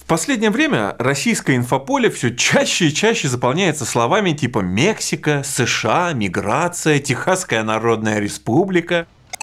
последнее время российское инфополе все чаще и чаще заполняется словами типа Мексика, США, миграция, Техасская Народная Республика.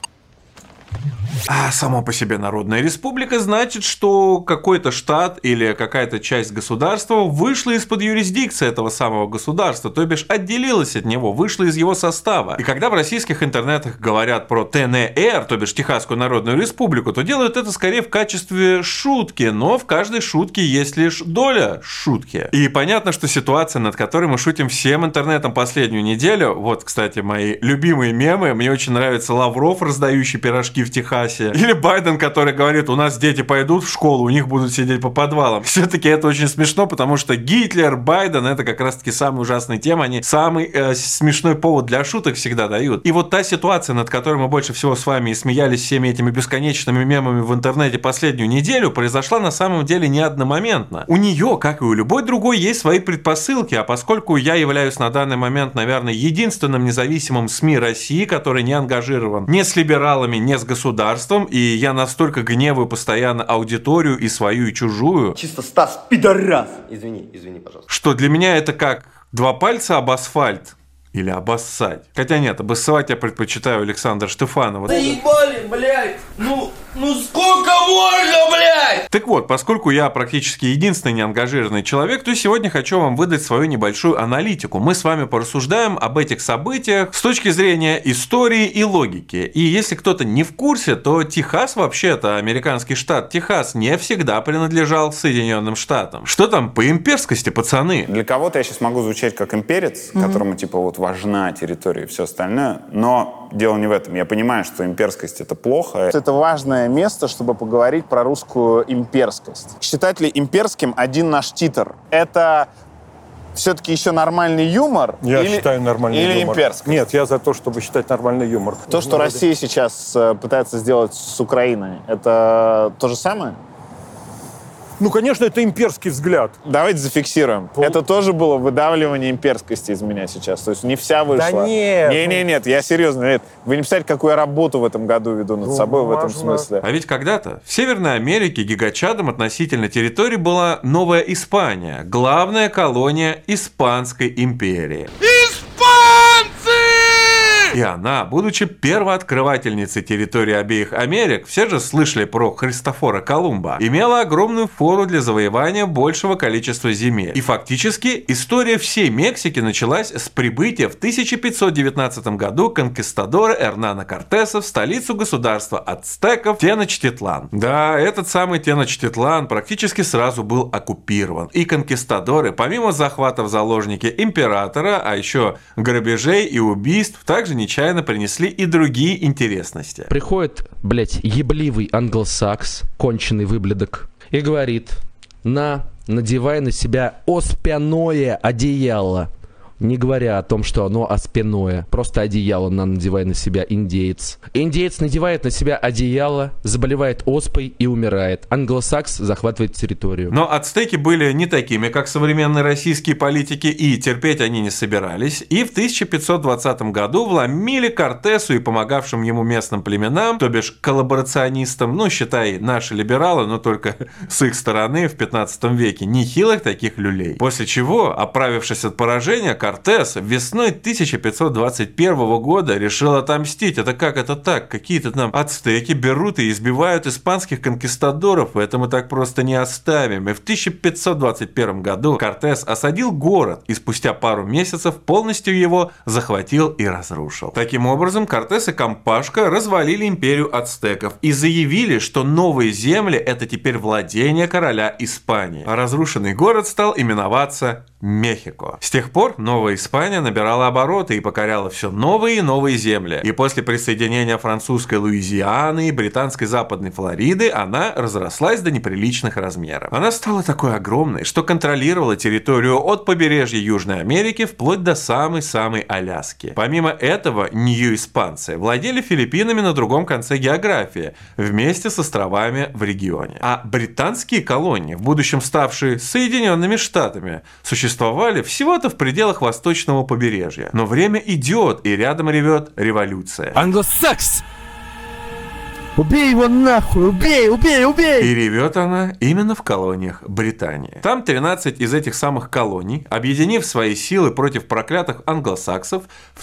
А само по себе Народная Республика значит, что какой-то штат или какая-то часть государства вышла из-под юрисдикции этого самого государства, то бишь отделилась от него, вышла из его состава. И когда в российских интернетах говорят про ТНР, то бишь Техасскую Народную Республику, то делают это скорее в качестве шутки, но в каждой шутке есть лишь доля шутки. И понятно, что ситуация, над которой мы шутим всем интернетом последнюю неделю, вот, кстати, мои любимые мемы, мне очень нравится Лавров, раздающий пирожки в Техасе, или Байден, который говорит, у нас дети пойдут в школу, у них будут сидеть по подвалам. Все-таки это очень смешно, потому что Гитлер, Байден, это как раз-таки самая ужасная тема, они самый смешной повод для шуток всегда дают. И вот та ситуация, над которой мы больше всего с вами и смеялись всеми этими бесконечными мемами в интернете последнюю неделю, произошла на самом деле не одномоментно. У нее, как и у любой другой, есть свои предпосылки, а поскольку я являюсь на данный момент, наверное, единственным независимым СМИ России, который не ангажирован ни с либералами, ни с государством, и я настолько гневаю постоянно аудиторию и свою, и чужую. Чисто Стас, пидорас! Извини, пожалуйста. Что для меня это как два пальца об асфальт. Или обоссать. Хотя нет, обоссывать я предпочитаю Александра Штефанова. Заебали, блядь! Ну сколько можно, блядь? Так вот, поскольку я практически единственный неангажированный человек, то сегодня хочу вам выдать свою небольшую аналитику. Мы с вами порассуждаем об этих событиях с точки зрения истории и логики. И если кто-то не в курсе, то Техас, вообще-то, американский штат Техас, не всегда принадлежал Соединенным Штатам. Что там по имперскости, пацаны? Для кого-то я сейчас могу звучать как имперец, которому типа вот важна территория и все остальное, но дело не в этом. Я понимаю, что имперскость — это плохо. Это важное место, чтобы поговорить про русскую имперскость. Считать ли имперским один наш титр? Это все-таки еще нормальный юмор? Я считаю нормальный юмор. Или имперскость? Нет, я за то, чтобы считать нормальный юмор. То, что Россия сейчас пытается сделать с Украиной, это то же самое? Ну, конечно, это имперский взгляд. Давайте зафиксируем. Это тоже было выдавливание имперскости из меня сейчас. То есть не вся вышла. Да нет. Нет, я серьезно. Нет. Вы не представляете, какую я работу в этом году веду над собой в этом смысле. А ведь когда-то в Северной Америке гигачадом относительно территории была Новая Испания, главная колония Испанской империи. И она, будучи первооткрывательницей территории обеих Америк, все же слышали про Христофора Колумба, имела огромную фору для завоевания большего количества земель. И фактически история всей Мексики началась с прибытия в 1519 году конкистадора Эрнана Кортеса в столицу государства ацтеков Теночтитлан. Да, этот самый Теночтитлан практически сразу был оккупирован. И конкистадоры, помимо захвата в заложники императора, а еще грабежей и убийств, также нечаянно принесли и другие интересности. Приходит, блядь, ебливый англосакс, конченый выблядок, и говорит: надевай на себя оспяное одеяло. Не говоря о том, что оно оспяное. Просто одеяло надевай на себя, индеец. Индеец надевает на себя одеяло, заболевает оспой и умирает. Англосакс захватывает территорию. Но ацтеки были не такими, как современные российские политики, и терпеть они не собирались. И в 1520 году вломили Кортесу и помогавшим ему местным племенам, то бишь коллаборационистам, ну, считай, наши либералы, но только с их стороны в 15 веке, нехилых таких люлей. После чего, оправившись от поражения, Кортес весной 1521 года решил отомстить. Это как это так? Какие-то там ацтеки берут и избивают испанских конкистадоров, это мы так просто не оставим. И в 1521 году Кортес осадил город и спустя пару месяцев полностью его захватил и разрушил. Таким образом, Кортес и компашка развалили империю ацтеков и заявили, что новые земли — это теперь владение короля Испании. А разрушенный город стал именоваться Мехико. С тех пор Новая Испания набирала обороты и покоряла все новые и новые земли. И после присоединения французской Луизианы и британской Западной Флориды она разрослась до неприличных размеров. Она стала такой огромной, что контролировала территорию от побережья Южной Америки вплоть до самой-самой Аляски. Помимо этого, нью-испанцы владели Филиппинами на другом конце географии, вместе с островами в регионе. А британские колонии, в будущем ставшие Соединенными Штатами, существовали всего-то в пределах восточного побережья. Но время идет, и рядом ревет революция. Англосакс! Убей его нахуй, убей! И ревет она именно в колониях Британии. Там 13 из этих самых колоний, объединив свои силы против проклятых англосаксов, в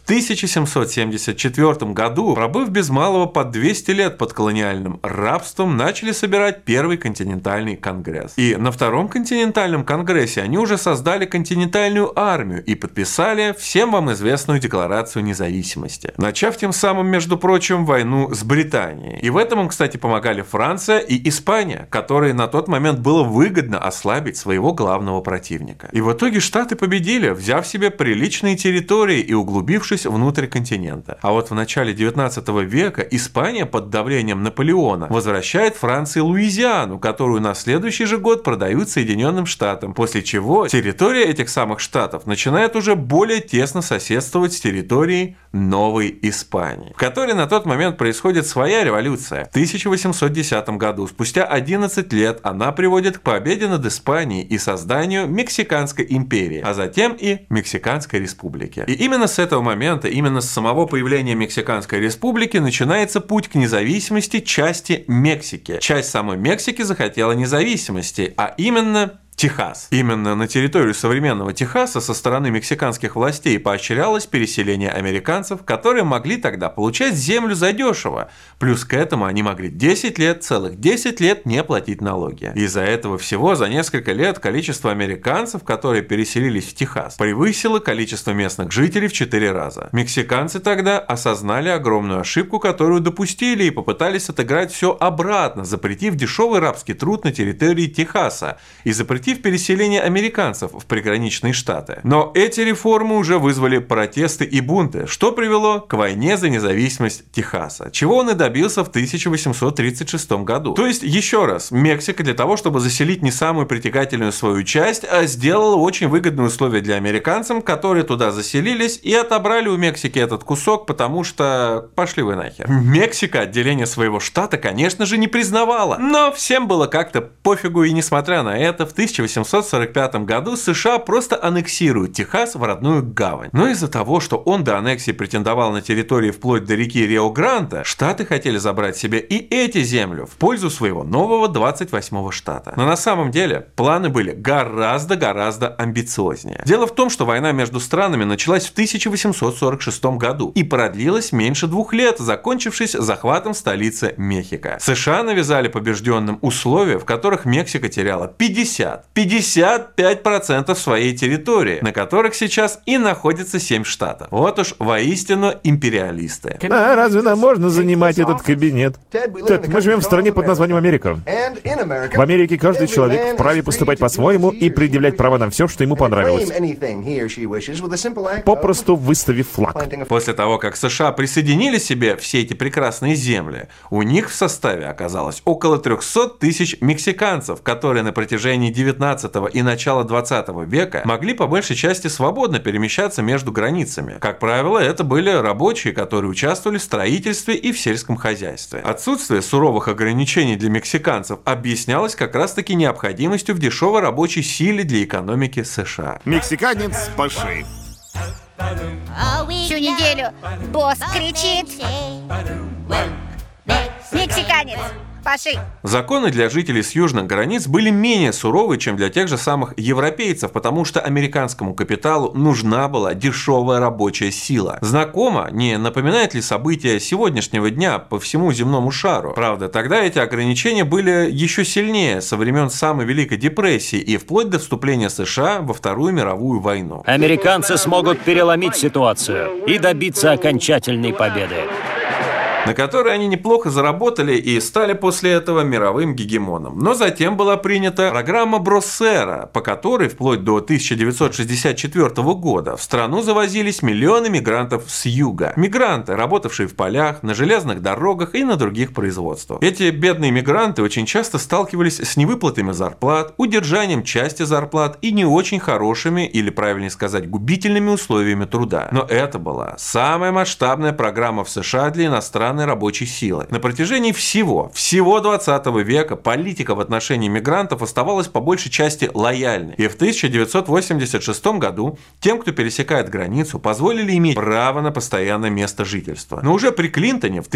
1774 году, пробыв без малого под 200 лет под колониальным рабством, начали собирать Первый континентальный конгресс. И на Втором континентальном конгрессе они уже создали континентальную армию и подписали всем вам известную Декларацию независимости, начав тем самым, между прочим, войну с Британией. И в этом им, кстати, помогали Франция и Испания, которые на тот момент было выгодно ослабить своего главного противника. И в итоге Штаты победили, взяв себе приличные территории и углубившись внутрь континента. А вот в начале 19 века Испания под давлением Наполеона возвращает Франции Луизиану, которую на следующий же год продают Соединенным Штатам, после чего территория этих самых штатов начинает уже более тесно соседствовать с территорией Новой Испании, в которой на тот момент происходит своя революция. В 1810 году, спустя 11 лет, она приводит к победе над Испанией и созданию Мексиканской империи, а затем и Мексиканской республики. И именно с этого момента, именно с самого появления Мексиканской республики начинается путь к независимости части Мексики. Часть самой Мексики захотела независимости, а именно Техас. Именно на территорию современного Техаса со стороны мексиканских властей поощрялось переселение американцев, которые могли тогда получать землю задешево. Плюс к этому они могли целых 10 лет не платить налоги. Из-за этого всего за несколько лет количество американцев, которые переселились в Техас, превысило количество местных жителей в 4 раза. Мексиканцы тогда осознали огромную ошибку, которую допустили, и попытались отыграть все обратно, запретив дешевый рабский труд на территории Техаса и запретив переселение американцев в приграничные штаты. Но эти реформы уже вызвали протесты и бунты, что привело к войне за независимость Техаса, чего он и добился в 1836 году. То есть, еще раз, Мексика для того, чтобы заселить не самую притягательную свою часть, сделала очень выгодные условия для американцев, которые туда заселились и отобрали у Мексики этот кусок, потому что пошли вы нахер. Мексика отделение своего штата, конечно же, не признавала, но всем было как-то пофигу, и несмотря на это, в 1845 году США просто аннексируют Техас в родную гавань. Но из-за того, что он до аннексии претендовал на территории вплоть до реки Рио-Гранде, Штаты хотели забрать себе и эти земли в пользу своего нового 28-го штата. Но на самом деле планы были гораздо амбициознее. Дело в том, что война между странами началась в 1846 году и продлилась меньше 2 лет, закончившись захватом столицы Мехико. США навязали побежденным условия, в которых Мексика теряла 55% своей территории, на которых сейчас и находится 7 штатов. Вот уж воистину империалисты. А разве нам можно занимать этот кабинет? Тед, мы живем в стране под названием Америка. В Америке каждый человек вправе поступать по-своему и предъявлять права на все, что ему понравилось, попросту выставив флаг. После того, как США присоединили себе все эти прекрасные земли, у них в составе оказалось около 300 тысяч мексиканцев, которые на протяжении 19 и начала 20 века могли по большей части свободно перемещаться между границами. Как правило, это были рабочие, которые участвовали в строительстве и в сельском хозяйстве. Отсутствие суровых ограничений для мексиканцев объяснялось как раз-таки необходимостью в дешевой рабочей силе для экономики США. Мексиканец по шее. Всю неделю босс кричит: «Мексиканец, паши!» Законы для жителей с южных границ были менее суровы, чем для тех же самых европейцев, потому что американскому капиталу нужна была дешевая рабочая сила. Знакомо, не напоминает ли события сегодняшнего дня по всему земному шару? Правда, тогда эти ограничения были еще сильнее со времен самой Великой депрессии и вплоть до вступления США во Вторую мировую войну. Американцы смогут переломить ситуацию и добиться окончательной победы, на которой они неплохо заработали и стали после этого мировым гегемоном. Но затем была принята программа Броссера, по которой вплоть до 1964 года в страну завозились миллионы мигрантов с юга. Мигранты, работавшие в полях, на железных дорогах и на других производствах. Эти бедные мигранты очень часто сталкивались с невыплатами зарплат, удержанием части зарплат и не очень хорошими, или правильнее сказать, губительными условиями труда. Но это была самая масштабная программа в США для иностранных иностранной рабочей силы. На протяжении всего 20 века политика в отношении мигрантов оставалась по большей части лояльной. И в 1986 году тем, кто пересекает границу, позволили иметь право на постоянное место жительства. Но уже при Клинтоне в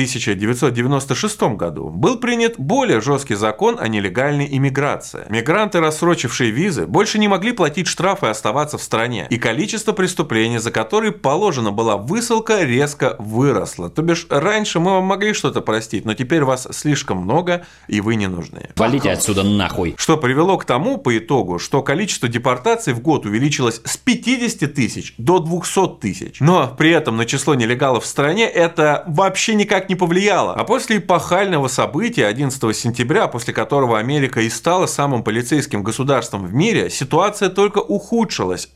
1996 году был принят более жесткий закон о нелегальной иммиграции. Мигранты, рассрочившие визы, больше не могли платить штрафы и оставаться в стране. И количество преступлений, за которые положена была высылка, резко выросло. То бишь, раньше мы вам могли что-то простить, но теперь вас слишком много, и вы не нужны. Валите отсюда нахуй. Что привело к тому, по итогу, что количество депортаций в год увеличилось с 50 тысяч до 200 тысяч. Но при этом на число нелегалов в стране это вообще никак не повлияло. А после эпохального события 11 сентября, после которого Америка и стала самым полицейским государством в мире, ситуация только ухудшилась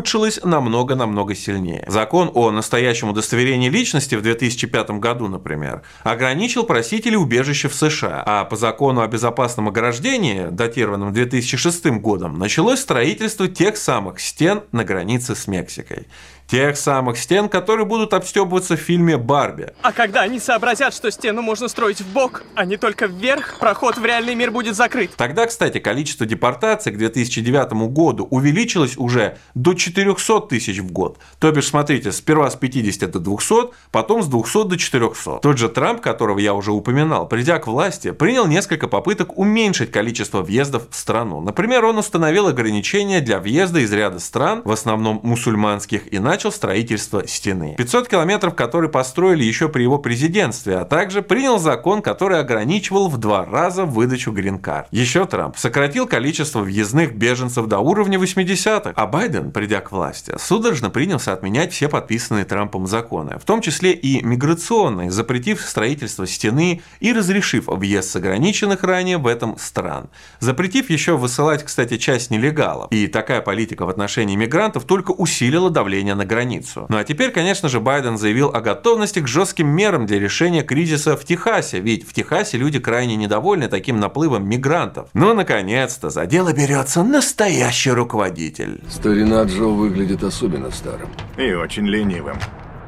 намного сильнее. Закон о настоящем удостоверении личности в 2005 году, например, ограничил просителей убежища в США, а по закону о безопасном ограждении, датированном 2006 годом, началось строительство тех самых стен на границе с Мексикой. Тех самых стен, которые будут обстебываться в фильме «Барби». А когда они сообразят, что стену можно строить вбок, а не только вверх, проход в реальный мир будет закрыт. Тогда, кстати, количество депортаций к 2009 году увеличилось уже до 400 тысяч в год. То бишь, смотрите, сперва с 50 до 200, потом с 200 до 400. Тот же Трамп, которого я уже упоминал, придя к власти, принял несколько попыток уменьшить количество въездов в страну. Например, он установил ограничения для въезда из ряда стран, в основном мусульманских, и начал строительство стены. 500 километров, которые построили еще при его президентстве, а также принял закон, который ограничивал в 2 раза выдачу грин-карт. Еще Трамп сократил количество въездных беженцев до уровня 80-х, а Байден, придя к власти, судорожно принялся отменять все подписанные Трампом законы, в том числе и миграционные, запретив строительство стены и разрешив въезд с ограниченных ранее в этом стран. Запретив еще высылать, кстати, часть нелегалов. И такая политика в отношении мигрантов только усилила давление на границу. Ну а теперь, конечно же, Байден заявил о готовности к жестким мерам для решения кризиса в Техасе, ведь в Техасе люди крайне недовольны таким наплывом мигрантов. Ну, наконец-то, за дело берется настоящий руководитель. Старина Джо выглядит особенно старым. И очень ленивым.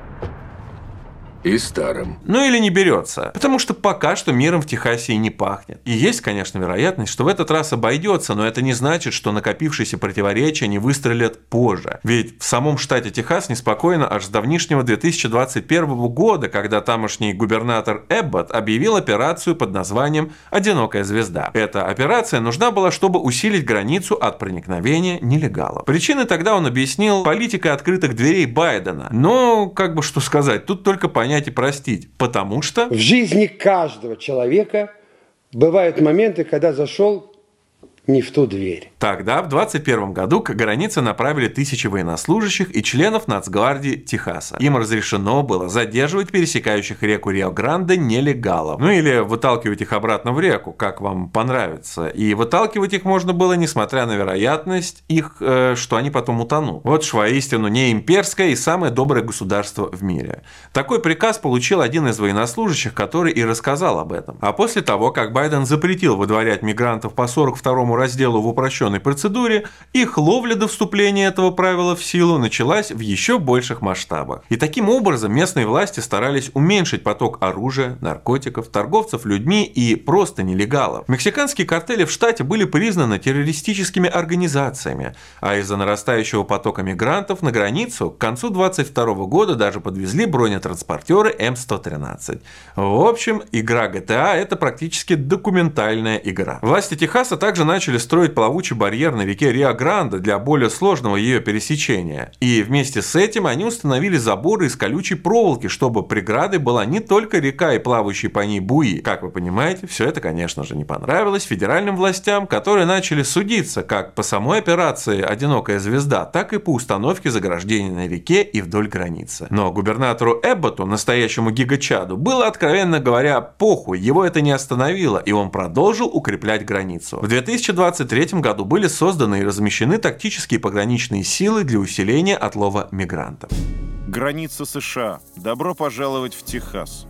И старым. Ну или не берется, потому что пока что миром в Техасе и не пахнет. И есть, конечно, вероятность, что в этот раз обойдется, но это не значит, что накопившиеся противоречия не выстрелят позже. Ведь в самом штате Техас неспокойно аж с давнишнего 2021 года, когда тамошний губернатор Эбботт объявил операцию под названием «Одинокая звезда». Эта операция нужна была, чтобы усилить границу от проникновения нелегалов. Причины тогда он объяснил политикой открытых дверей Байдена. Но, как бы что сказать, тут только понять и простить, потому что... В жизни каждого человека бывают моменты, когда зашел не в ту дверь. Тогда, в 2021 году, к границе направили тысячи военнослужащих и членов Нацгвардии Техаса. Им разрешено было задерживать пересекающих реку Рио-Гранде нелегалов. Ну или выталкивать их обратно в реку, как вам понравится. И выталкивать их можно было, несмотря на вероятность их, что они потом утонут. Вот ж воистину не имперское и самое доброе государство в мире. Такой приказ получил один из военнослужащих, который и рассказал об этом. А после того, как Байден запретил выдворять мигрантов по 42-му разделу в упрощенной процедуре, их ловля до вступления этого правила в силу началась в еще больших масштабах. И таким образом местные власти старались уменьшить поток оружия, наркотиков, торговцев людьми и просто нелегалов. Мексиканские картели в штате были признаны террористическими организациями, а из-за нарастающего потока мигрантов на границу к концу 2022 года даже подвезли бронетранспортеры М113. В общем, игра GTA — это практически документальная игра. Власти Техаса также начали строить плавучий барьер на реке Рио-Гранде для более сложного ее пересечения. И вместе с этим они установили заборы из колючей проволоки, чтобы преградой была не только река и плавающие по ней буи. Как вы понимаете, все это, конечно же, не понравилось федеральным властям, которые начали судиться как по самой операции «Одинокая звезда», так и по установке заграждений на реке и вдоль границы. Но губернатору Эбботу, настоящему гигачаду, было, откровенно говоря, похуй, его это не остановило, и он продолжил укреплять границу. В 2023 году были созданы и размещены тактические пограничные силы для усиления отлова мигрантов. Граница США. Добро пожаловать в Техас.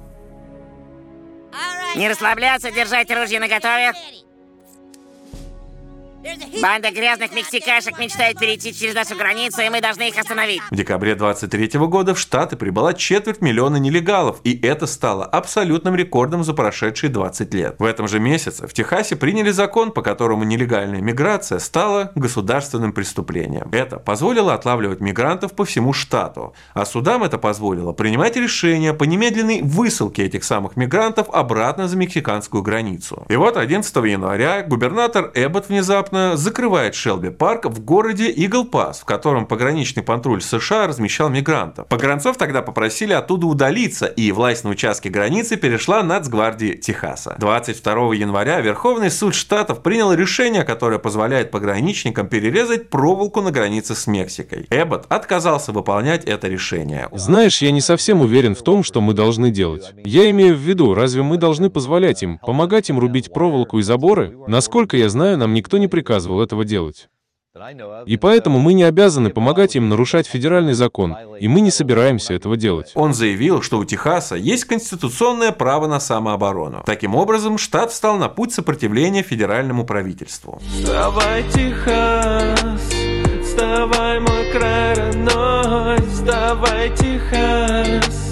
Не расслабляться, держать ружья наготове. Банда грязных мексикашек мечтает перейти через нашу границу, и мы должны их остановить. В декабре 23 года в Штаты прибыла 250 000 нелегалов, и это стало абсолютным рекордом за прошедшие 20 лет. В этом же месяце в Техасе приняли закон, по которому нелегальная миграция стала государственным преступлением. Это позволило отлавливать мигрантов по всему штату, а судам это позволило принимать решения по немедленной высылке этих самых мигрантов обратно за мексиканскую границу. И вот 11 января губернатор Эббот внезапно закрывает Шелби-парк в городе Игл-Пасс, в котором пограничный патруль США размещал мигрантов. Погранцов тогда попросили оттуда удалиться, и власть на участке границы перешла Нацгвардии Техаса. 22 января Верховный суд штатов принял решение, которое позволяет пограничникам перерезать проволоку на границе с Мексикой. Эббот отказался выполнять это решение. Знаешь, я не совсем уверен в том, что мы должны делать. Я имею в виду, разве мы должны позволять им, помогать им рубить проволоку и заборы? Насколько я знаю, нам никто не приказывал этого делать. И поэтому мы не обязаны помогать им нарушать федеральный закон, и мы не собираемся этого делать. Он заявил, что у Техаса есть конституционное право на самооборону. Таким образом, штат встал на путь сопротивления федеральному правительству. Вставай, Техас, вставай, мой край родной, вставай, Техас,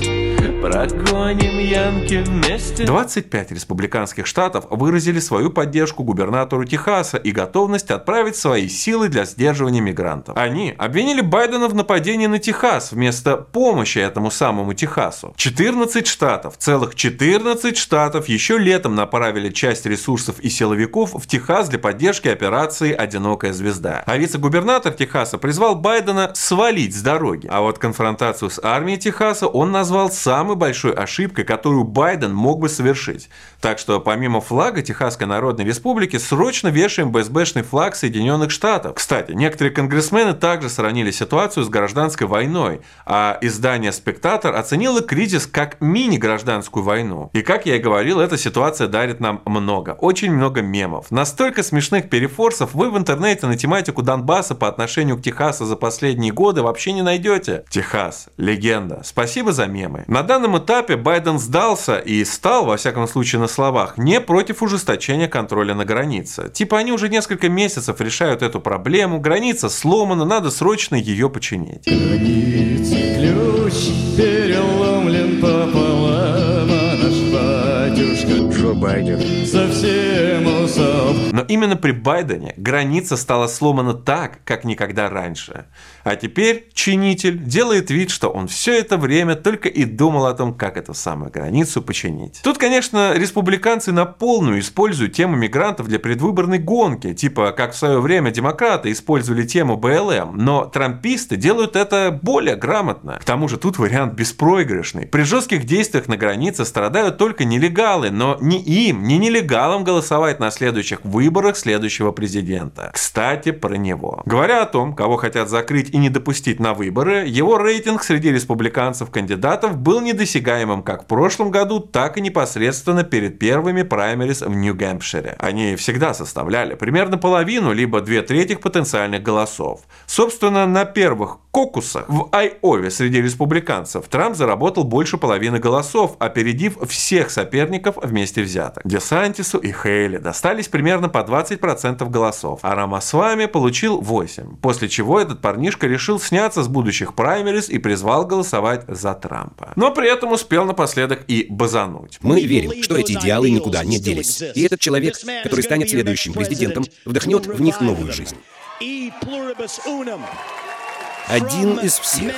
прогоним янки вместе. 25 республиканских штатов выразили свою поддержку губернатору Техаса и готовность отправить свои силы для сдерживания мигрантов. Они обвинили Байдена в нападении на Техас вместо помощи этому самому Техасу. 14 штатов, целых 14 штатов еще летом направили часть ресурсов и силовиков в Техас для поддержки операции «Одинокая звезда». А вице-губернатор Техаса призвал Байдена свалить с дороги. А вот конфронтацию с армией Техаса он назвал самой большой ошибкой, которую Байден мог бы совершить. Так что помимо флага Техасской Народной Республики срочно вешаем БСБшный флаг Соединенных Штатов. Кстати, некоторые конгрессмены также сравнили ситуацию с гражданской войной, а издание «Спектатор» оценило кризис как мини-гражданскую войну. И как я и говорил, эта ситуация дарит нам много, очень много мемов. Настолько смешных перефорсов вы в интернете на тематику Донбасса по отношению к Техасу за последние годы вообще не найдете. Техас, легенда. Спасибо за мемы. На данном этапе Байден сдался и стал, во всяком случае на словах, не против ужесточения контроля на границе. Типа они уже несколько месяцев решают эту проблему, граница сломана, надо срочно ее починить. Граница, ключ переломлен пополам, а наш батюшка Джо Байден совсем усоп. Но именно при Байдене граница стала сломана так, как никогда раньше. А теперь чинитель делает вид, что он все это время только и думал о том, как эту самую границу починить. Тут, конечно, республиканцы на полную используют тему мигрантов для предвыборной гонки, типа как в свое время демократы использовали тему БЛМ, но трамписты делают это более грамотно. К тому же тут вариант беспроигрышный. При жестких действиях на границе страдают только нелегалы, но ни им, ни нелегалам голосовать на следующих выборах следующего президента. Кстати, про него. Говоря о том, кого хотят закрыть и не допустить на выборы, его рейтинг среди республиканцев-кандидатов был недосягаемым как в прошлом году, так и непосредственно перед первыми праймерис в Нью-Гэмпшире. Они всегда составляли примерно половину, либо 2/3 потенциальных голосов. Собственно, на первых кокусах в Айове среди республиканцев Трамп заработал больше половины голосов, опередив всех соперников вместе взятых. Десантису и Хейли достались примерно по 20% голосов, а Рамасвами получил 8%, после чего этот парнишка решил сняться с будущих праймерис и призвал голосовать за Трампа. Но при этом успел напоследок и базануть. Мы верим, что эти идеалы никуда не делись. И этот человек, который станет следующим президентом, вдохнет в них новую жизнь. Один из всех.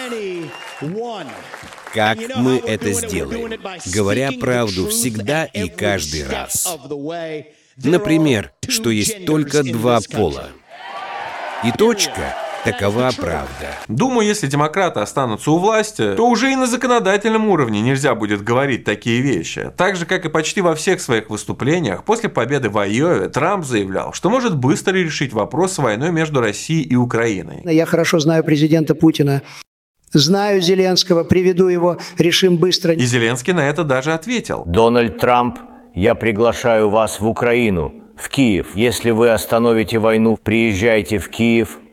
Как мы это сделаем? Говоря правду всегда и каждый раз. Например, что есть только два пола. И точка. Такова правда. Думаю, если демократы останутся у власти, то уже и на законодательном уровне нельзя будет говорить такие вещи. Так же, как и почти во всех своих выступлениях, после победы в Айове Трамп заявлял, что может быстро решить вопрос с войной между Россией и Украиной. Я хорошо знаю президента Путина. Знаю Зеленского, приведу его, решим быстро. И Зеленский на это даже ответил. Дональд Трамп, я приглашаю вас в Украину, в Киев. Если вы остановите войну, приезжайте в Киев,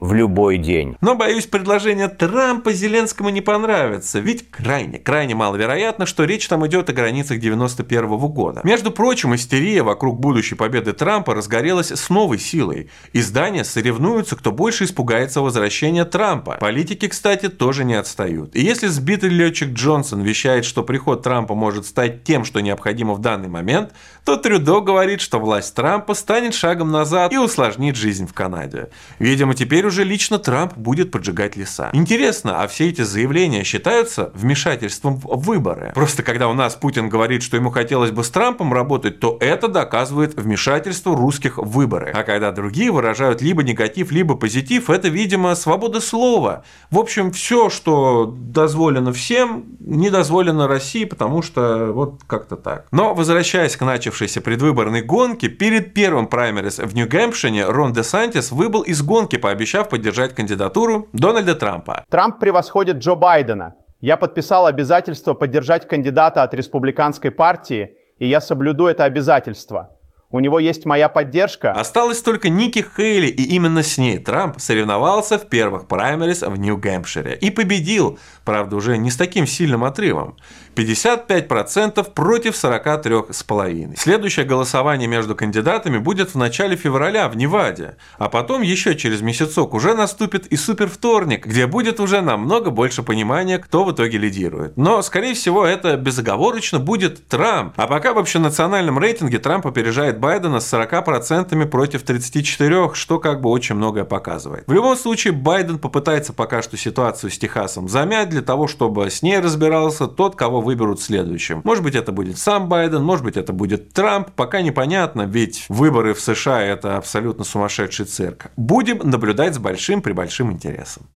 в любой день. Но, боюсь, предложение Трампа Зеленскому не понравится, ведь крайне маловероятно, что речь там идет о границах 91 года. Между прочим, истерия вокруг будущей победы Трампа разгорелась с новой силой. Издания соревнуются, кто больше испугается возвращения Трампа. Политики, кстати, тоже не отстают. И если сбитый летчик Джонсон вещает, что приход Трампа может стать тем, что необходимо в данный момент, то Трюдо говорит, что власть Трампа станет шагом назад и усложнит жизнь в Канаде. Видимо, теперь уже лично Трамп будет поджигать леса. Интересно, а все эти заявления считаются вмешательством в выборы? Просто когда у нас Путин говорит, что ему хотелось бы с Трампом работать, то это доказывает вмешательство русских в выборы. А когда другие выражают либо негатив, либо позитив, это, видимо, свобода слова. В общем, все, что дозволено всем, не дозволено России, потому что вот как-то так. Но, возвращаясь к начавшейся предвыборной гонке, перед первым праймерис в Нью-Гэмпшире Рон Десантис выбыл из гонки, пообещав поддержать кандидатуру Дональда Трампа. Трамп превосходит Джо Байдена. Я подписал обязательство поддержать кандидата от республиканской партии, и я соблюду это обязательство. У него есть моя поддержка. Осталась только Ники Хейли, и именно с ней Трамп соревновался в первых праймерис в Нью-Гэмпшире. И победил, правда, уже не с таким сильным отрывом. 55% против 43,5%. Следующее голосование между кандидатами будет в начале февраля в Неваде. А потом еще через месяцок уже наступит и супервторник, где будет уже намного больше понимания, кто в итоге лидирует. Но, скорее всего, это безоговорочно будет Трамп. А пока в общенациональном рейтинге Трамп опережает Байдена с 40% против 34%, что как бы очень многое показывает. В любом случае, Байден попытается пока что ситуацию с Техасом замять для того, чтобы с ней разбирался тот, кого выберут следующим. Может быть, это будет сам Байден, может быть, это будет Трамп, пока непонятно, ведь выборы в США – это абсолютно сумасшедший цирк. Будем наблюдать с большим-пребольшим интересом.